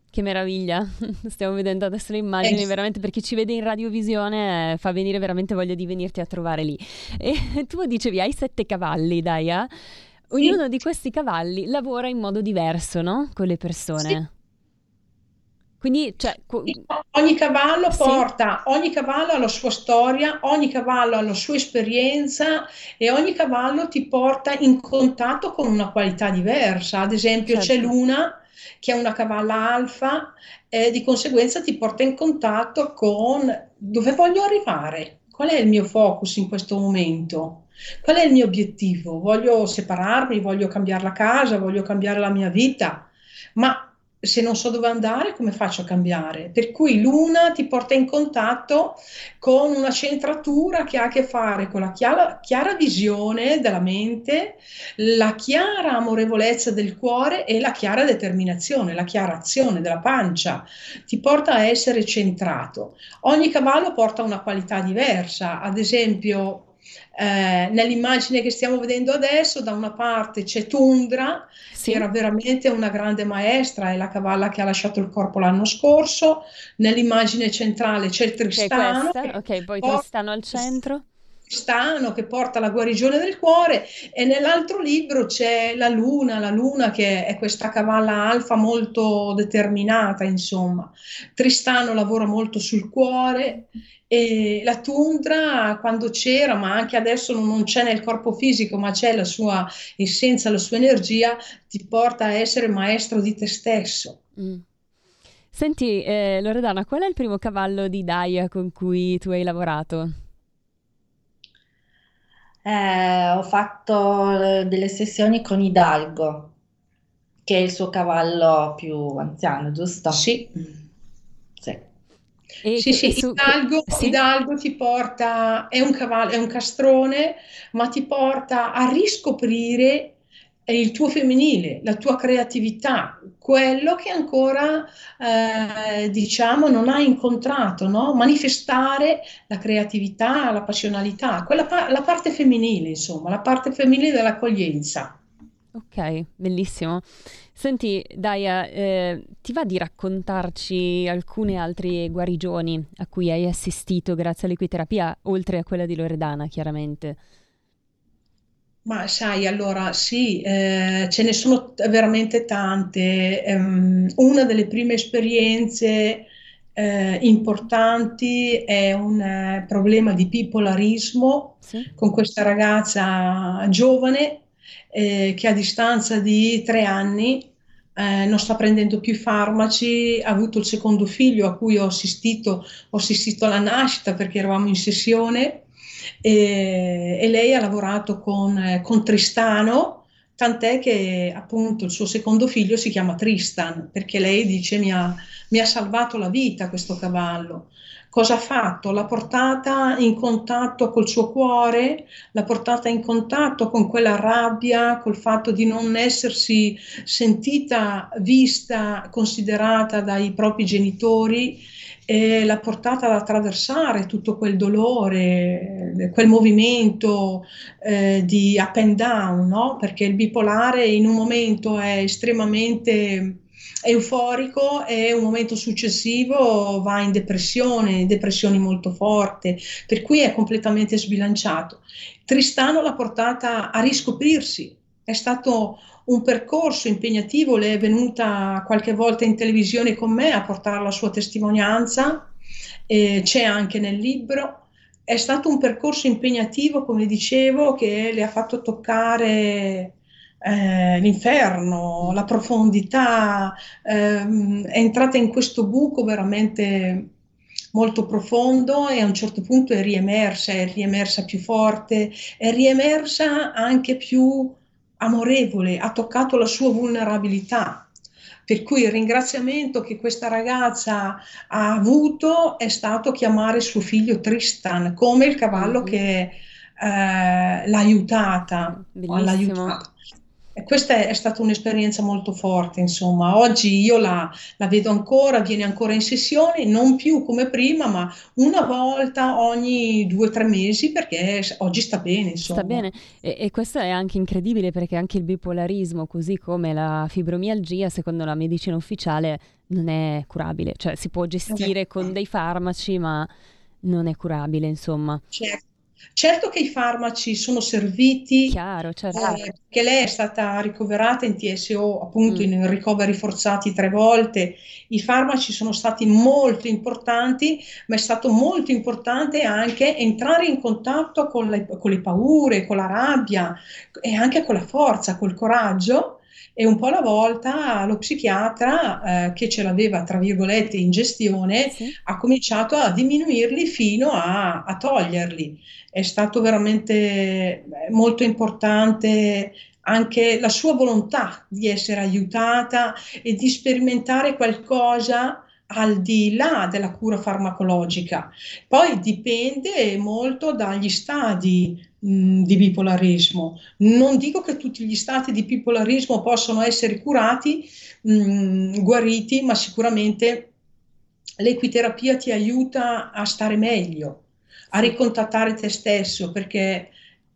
Che meraviglia, stiamo vedendo adesso le immagini, Eh, veramente per chi ci vede in radiovisione eh, fa venire veramente voglia di venirti a trovare lì. E tu dicevi hai sette cavalli, Daia, ognuno sì, di questi cavalli lavora in modo diverso, no? Con le sì. persone. Quindi, cioè, co- Ogni cavallo sì, porta, ogni cavallo ha la sua storia, ogni cavallo ha la sua esperienza e ogni cavallo ti porta in contatto con una qualità diversa. Ad esempio, c'è certo. Luna, che è una cavalla alfa, e di conseguenza ti porta in contatto con dove voglio arrivare, qual è il mio focus in questo momento. Qual è il mio obiettivo? Voglio separarmi, voglio cambiare la casa, voglio cambiare la mia vita, ma se non so dove andare, come faccio a cambiare? Per cui l'una ti porta in contatto con una centratura che ha a che fare con la chiara, chiara visione della mente, la chiara amorevolezza del cuore e la chiara determinazione, la chiara azione della pancia. Ti porta a essere centrato. Ogni cavallo porta una qualità diversa, ad esempio. Eh, nell'immagine che stiamo vedendo adesso, da una parte c'è Tundra, che Sì, era veramente una grande maestra, è la cavalla che ha lasciato il corpo l'anno scorso. Nell'immagine centrale c'è il che è Tristano, questa. che Ok, poi porta, Tristano al centro. Tristano che porta la guarigione del cuore, e nell'altro libro c'è la Luna, la Luna che è questa cavalla alfa molto determinata, insomma. Tristano lavora molto sul cuore e la Tundra, quando c'era, ma anche adesso non non c'è nel corpo fisico, ma c'è la sua essenza, la sua energia, ti porta a essere maestro di te stesso. Mm. Senti, eh, Loredana, qual è il primo cavallo di Daia con cui tu hai lavorato? Eh, ho fatto eh, delle sessioni con Hidalgo, che è il suo cavallo più anziano, giusto? Sì. Sì. E, Sì, che- e sì, su... che- Hidalgo, sì? Hidalgo ti porta, è un cavallo, è un castrone, ma ti porta a riscoprire il tuo femminile, la tua creatività, quello che ancora, eh, diciamo, non hai incontrato, no? Manifestare la creatività, la passionalità, quella pa- la parte femminile, insomma, la parte femminile dell'accoglienza. Ok, bellissimo. Senti, Daia, eh, ti va di raccontarci alcune altre guarigioni a cui hai assistito grazie all'equiterapia, oltre a quella di Loredana, chiaramente? Ma sai, allora sì, eh, ce ne sono t- veramente tante. Ehm, una delle prime esperienze eh, importanti è un eh, problema di bipolarismo Sì? con questa ragazza giovane eh, che a distanza di tre anni eh, non sta prendendo più i farmaci, ha avuto il secondo figlio a cui ho assistito, ho assistito alla nascita perché eravamo in sessione e, e lei ha lavorato con, eh, con Tristano, tant'è che appunto il suo secondo figlio si chiama Tristan, perché lei dice mi ha, mi ha salvato la vita questo cavallo. Cosa ha fatto? L'ha portata in contatto col suo cuore, l'ha portata in contatto con quella rabbia, col fatto di non essersi sentita, vista, considerata dai propri genitori, e l'ha portata ad attraversare tutto quel dolore, eh, quel movimento eh, di up and down, no? Perché il bipolare in un momento è estremamente euforico e un momento successivo va in depressione, in depressioni molto forti, per cui è completamente sbilanciato. Tristano l'ha portata a riscoprirsi, è stato un percorso impegnativo, lei è venuta qualche volta in televisione con me a portare la sua testimonianza, eh, c'è anche nel libro. È stato un percorso impegnativo, come dicevo, che le ha fatto toccare eh, l'inferno, la profondità, ehm, è entrata in questo buco veramente molto profondo e a un certo punto è riemersa, è riemersa più forte, è riemersa anche più amorevole, ha toccato la sua vulnerabilità. Per cui il ringraziamento che questa ragazza ha avuto è stato chiamare suo figlio Tristan come il cavallo Mhm. che eh, l'ha aiutata, l'ha Bellissimo. aiutata. E questa è, è stata un'esperienza molto forte, insomma. Oggi io la, la vedo ancora, viene ancora in sessioni, non più come prima, ma una volta ogni due o tre mesi, perché s- oggi sta bene, Sta insomma. bene, e, e questo è anche incredibile perché anche il bipolarismo, così come la fibromialgia, secondo la medicina ufficiale, non è curabile, cioè si può gestire con dei farmaci, ma non è curabile, insomma. Certo. Certo che i farmaci sono serviti, Chiaro, certo. eh, che lei è stata ricoverata in T S O, appunto Mm. in ricoveri forzati tre volte. I farmaci sono stati molto importanti, ma è stato molto importante anche entrare in contatto con le, con le paure, con la rabbia e anche con la forza, col coraggio. E un po' alla volta lo psichiatra, eh, che ce l'aveva tra virgolette in gestione, Sì. ha cominciato a diminuirli fino a, a toglierli. È stato veramente eh, molto importante anche la sua volontà di essere aiutata e di sperimentare qualcosa al di là della cura farmacologica. Poi dipende molto dagli stadi mh, di bipolarismo. Non dico che tutti gli stati di bipolarismo possono essere curati, mh, guariti, ma sicuramente l'equiterapia ti aiuta a stare meglio, a Sì. ricontattare te stesso, perché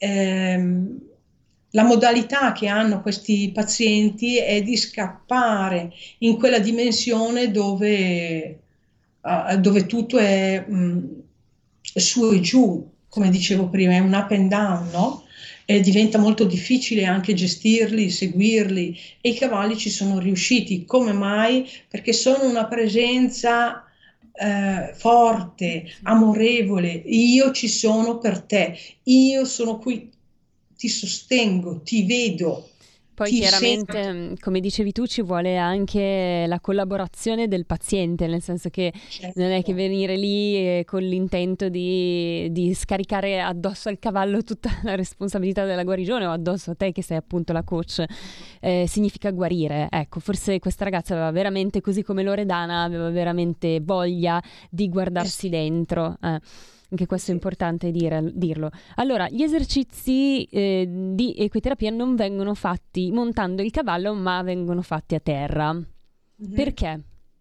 ehm, la modalità che hanno questi pazienti è di scappare in quella dimensione dove, uh, dove tutto è mh, su e giù, come Certo. dicevo prima, è un up and down, no? E diventa molto difficile anche gestirli, seguirli, e i cavalli ci sono riusciti. Come mai? Perché sono una presenza eh, forte, amorevole. Io ci sono per te, io sono qui, ti sostengo, ti vedo, Poi ti chiaramente, sento. mh, come dicevi tu, ci vuole anche la collaborazione del paziente, nel senso che non è che Certo. venire lì eh, con l'intento di, di scaricare addosso al cavallo tutta la responsabilità della guarigione o addosso a te che sei appunto la coach, eh, significa guarire. Ecco, forse questa ragazza aveva veramente, così come Loredana, aveva veramente voglia di guardarsi dentro. eh. Anche questo è Sì. importante dire- dirlo. Allora, gli esercizi eh, di equiterapia non vengono fatti montando il cavallo, ma vengono fatti a terra. Mhm. Perché?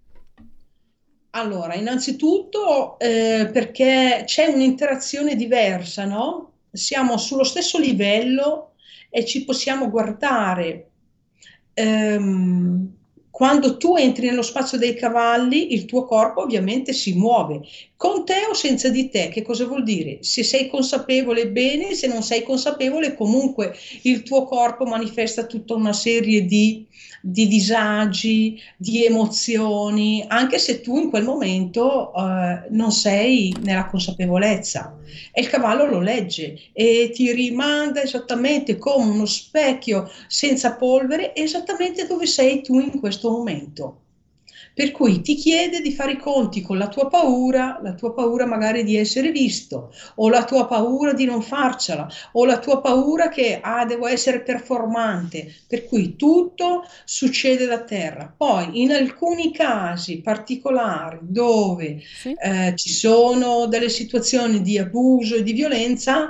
Allora, innanzitutto eh, perché c'è un'interazione diversa, no? Siamo sullo stesso livello e ci possiamo guardare. Ehm, quando tu entri nello spazio dei cavalli, il tuo corpo ovviamente si muove, con te o senza di te. Che cosa vuol dire? Se sei consapevole, bene; se non sei consapevole, comunque il tuo corpo manifesta tutta una serie di, di disagi, di emozioni, anche se tu in quel momento eh, non sei nella consapevolezza. E il cavallo lo legge e ti rimanda esattamente come uno specchio senza polvere, esattamente dove sei tu in questo momento. Per cui ti chiede di fare i conti con la tua paura, la tua paura magari di essere visto, o la tua paura di non farcela, o la tua paura che ah, devo essere performante. Per cui tutto succede da terra. Poi in alcuni casi particolari dove Sì? eh, ci sono delle situazioni di abuso e di violenza,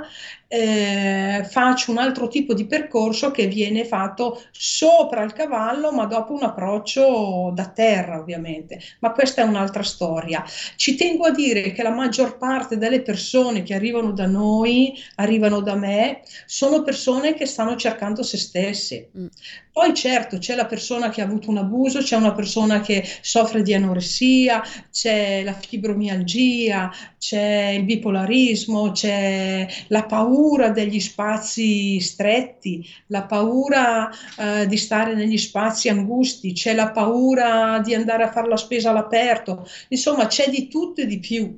eh, faccio un altro tipo di percorso che viene fatto sopra il cavallo, ma dopo un approccio da terra, ovviamente. Ma questa è un'altra storia. Ci tengo a dire che la maggior parte delle persone che arrivano da noi, arrivano da me, sono persone che stanno cercando se stesse. Mm. Poi certo c'è la persona che ha avuto un abuso, c'è una persona che soffre di anoressia, c'è la fibromialgia, c'è il bipolarismo, c'è la paura degli spazi stretti, la paura eh, di stare negli spazi angusti, c'è la paura di andare a fare la spesa all'aperto. Insomma, c'è di tutto e di più.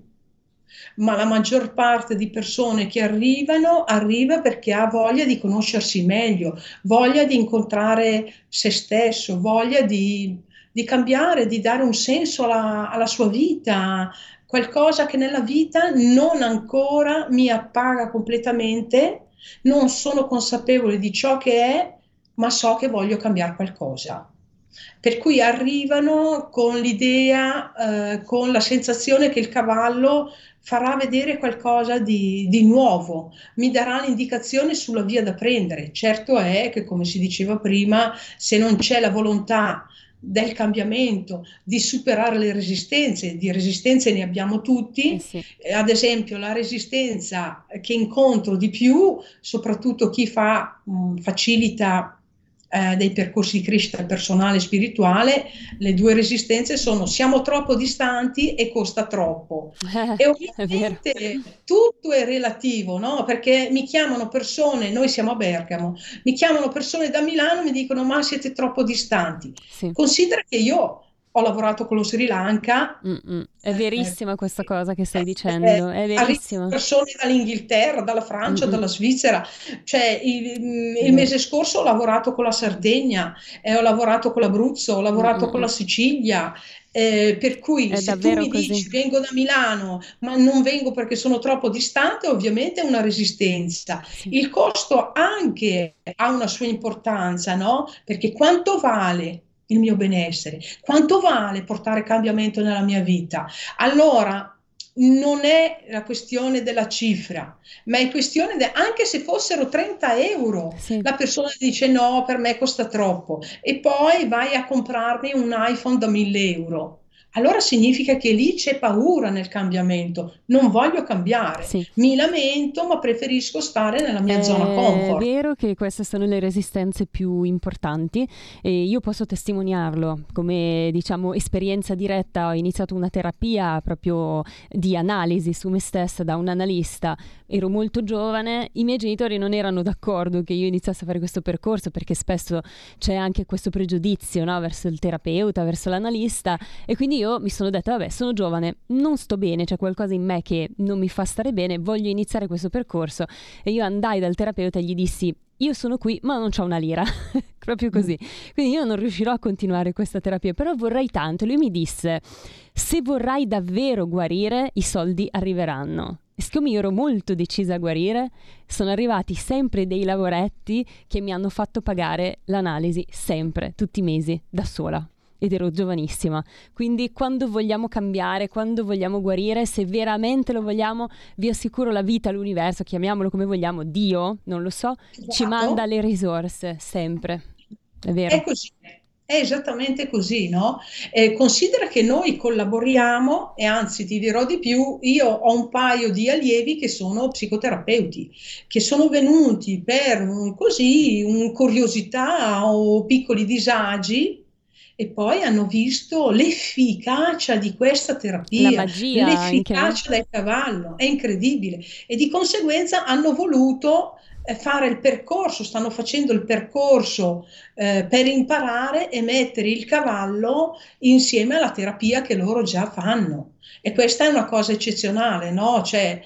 Ma la maggior parte di persone che arrivano, arriva perché ha voglia di conoscersi meglio, voglia di incontrare se stesso, voglia di, di cambiare, di dare un senso alla, alla sua vita, qualcosa che nella vita non ancora mi appaga completamente, non sono consapevole di ciò che è, ma so che voglio cambiare qualcosa. per cui arrivano con l'idea, eh, con la sensazione che il cavallo farà vedere qualcosa di, di nuovo, mi darà l'indicazione sulla via da prendere. Certo è che, come si diceva prima, se non c'è la volontà del cambiamento, di superare le resistenze, di resistenze ne abbiamo tutti, Eh sì. eh, ad esempio la resistenza che incontro di più, soprattutto chi fa, mh, facilita eh, dei percorsi di crescita personale e spirituale, le due resistenze sono: siamo troppo distanti e costa troppo. E È vero. ovviamente tutto è relativo, no? Perché mi chiamano persone, noi siamo a Bergamo, mi chiamano persone da Milano e mi dicono: ma siete troppo distanti. Sì. Considera che io ho lavorato con lo Sri Lanka. Mm-mm. È eh, verissima questa cosa che stai eh, dicendo, eh, è arrivano verissima. persone dall'Inghilterra, dalla Francia, Mm-mm. dalla Svizzera. Cioè, il, il Vero. mese scorso ho lavorato con la Sardegna, eh, ho lavorato con l'Abruzzo, ho lavorato con Mm-mm. la Sicilia. Eh, per cui È se tu davvero mi così. dici vengo da Milano ma non vengo perché sono troppo distante, ovviamente è una resistenza. Sì. Il costo anche ha una sua importanza, no? Perché quanto vale il mio benessere? Quanto vale portare cambiamento nella mia vita? Allora, non è la questione della cifra, ma è questione de- anche se fossero trenta euro, Sì. la persona dice no, per me costa troppo, e poi vai a comprarmi un iPhone da mille euro. Allora significa che lì c'è paura nel cambiamento, non voglio cambiare, Sì. mi lamento, ma preferisco stare nella mia zona È comfort. vero che queste sono le resistenze più importanti e io posso testimoniarlo come, diciamo, esperienza diretta. Ho iniziato una terapia proprio di analisi su me stessa da un analista. Ero molto giovane, i miei genitori non erano d'accordo che io iniziassi a fare questo percorso perché spesso c'è anche questo pregiudizio, no, verso il terapeuta, verso l'analista, e quindi io mi sono detta vabbè, sono giovane, non sto bene, c'è qualcosa in me che non mi fa stare bene, voglio iniziare questo percorso. E io andai dal terapeuta e gli dissi: io sono qui ma non c'ho una lira, proprio così, quindi io non riuscirò a continuare questa terapia, però vorrei tanto. E lui mi disse: se vorrai davvero guarire, i soldi arriveranno. E siccome io ero molto decisa a guarire, sono arrivati sempre dei lavoretti che mi hanno fatto pagare l'analisi sempre, tutti i mesi, da sola. Ed ero giovanissima. Quindi quando vogliamo cambiare, quando vogliamo guarire, se veramente lo vogliamo, vi assicuro, la vita, l'universo, chiamiamolo come vogliamo, Dio, non lo so, ci Esatto. manda le risorse sempre. È vero. È così, è esattamente così, no? Eh, considera che noi collaboriamo, e anzi ti dirò di più, io ho un paio di allievi che sono psicoterapeuti, che sono venuti per un, così, un curiosità o piccoli disagi, e poi hanno visto l'efficacia di questa La terapia, magia anche, no? l'efficacia del cavallo, è incredibile, e di conseguenza hanno voluto eh, fare il percorso, stanno facendo il percorso eh, per imparare e mettere il cavallo insieme alla terapia che loro già fanno. E questa è una cosa eccezionale, no? Cioè,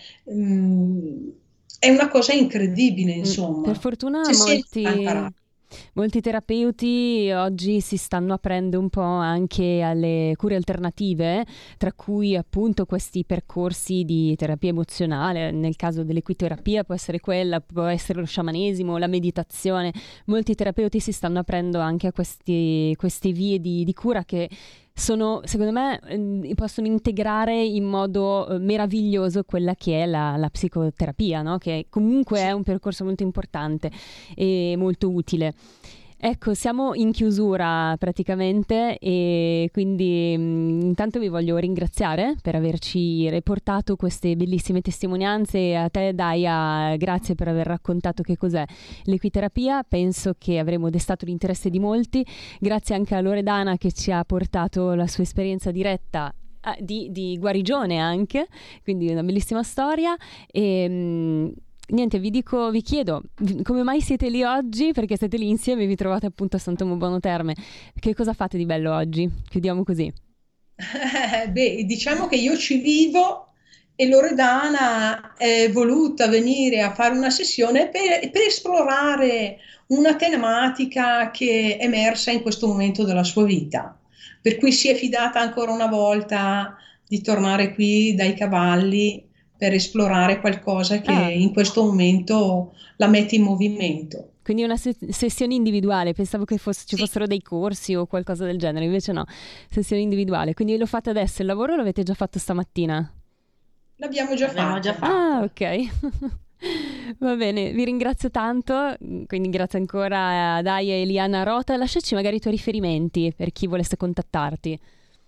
mh, è una cosa incredibile, Mm, insomma. Per fortuna C'è sempre da molti, imparare. molti terapeuti oggi si stanno aprendo un po' anche alle cure alternative, tra cui appunto questi percorsi di terapia emozionale. Nel caso dell'equiterapia può essere quella, può essere lo sciamanesimo, la meditazione. Molti terapeuti si stanno aprendo anche a questi, queste vie di, di cura che sono, secondo me, eh, possono integrare in modo eh, meraviglioso quella che è la, la psicoterapia, no? Che comunque è un percorso molto importante e molto utile. Ecco, siamo in chiusura praticamente, e quindi mh, intanto vi voglio ringraziare per averci riportato queste bellissime testimonianze. A te, Daia, grazie per aver raccontato che cos'è l'equiterapia. Penso che avremo destato l'interesse di molti. Grazie anche a Loredana che ci ha portato la sua esperienza diretta ah, di, di guarigione anche, quindi una bellissima storia. E mh, niente, vi dico, vi chiedo come mai siete lì oggi, perché siete lì insieme e vi trovate appunto a San Telmo Buono Terme. Che cosa fate di bello oggi? Chiudiamo così. Eh, beh, diciamo che io ci vivo, e Loredana è voluta venire a fare una sessione per, per esplorare una tematica che è emersa in questo momento della sua vita, per cui si è fidata ancora una volta di tornare qui dai cavalli per esplorare qualcosa che Ah. in questo momento la mette in movimento. Quindi una se- sessione individuale, pensavo che fosse, ci Sì. fossero dei corsi o qualcosa del genere, invece no, sessione individuale. Quindi lo fate adesso il lavoro o l'avete già fatto stamattina? L'abbiamo già L'abbiamo fatto. già fatto. Ah, ok. Va bene, vi ringrazio tanto, quindi grazie ancora a Daia e Eliana Rota. Lasciaci magari i tuoi riferimenti per chi volesse contattarti.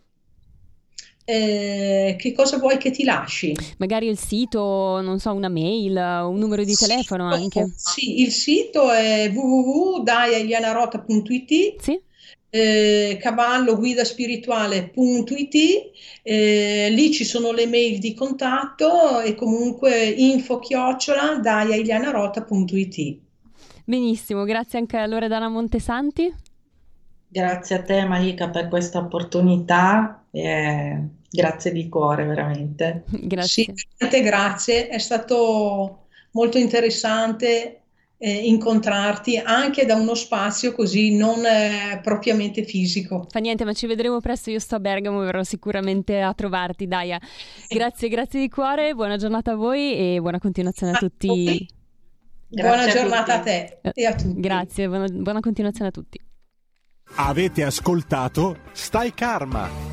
Eh, che cosa vuoi che ti lasci? Magari il sito, non so, una mail, un numero di Il telefono sito- anche. Sì, il sito è w w w punto daia eliana rota punto i t, Sì? eh, cavallo guida spirituale punto i t, eh, lì ci sono le mail di contatto e comunque info chiocciola daia eliana rota punto i t. Benissimo, grazie anche a Loredana Montesanti. Grazie a te Malika per questa opportunità, e grazie di cuore veramente. Grazie. Sì, veramente grazie, è stato molto interessante eh, incontrarti anche da uno spazio così non eh, propriamente fisico. Fa niente, ma ci vedremo presto. Io sto a Bergamo, verrò sicuramente a trovarti, Daia. Grazie, grazie di cuore, buona giornata a voi e buona continuazione a tutti. Buona Grazie a giornata a tutti. te e a tutti. Grazie, buona, buona continuazione a tutti. Avete ascoltato Stai Karma.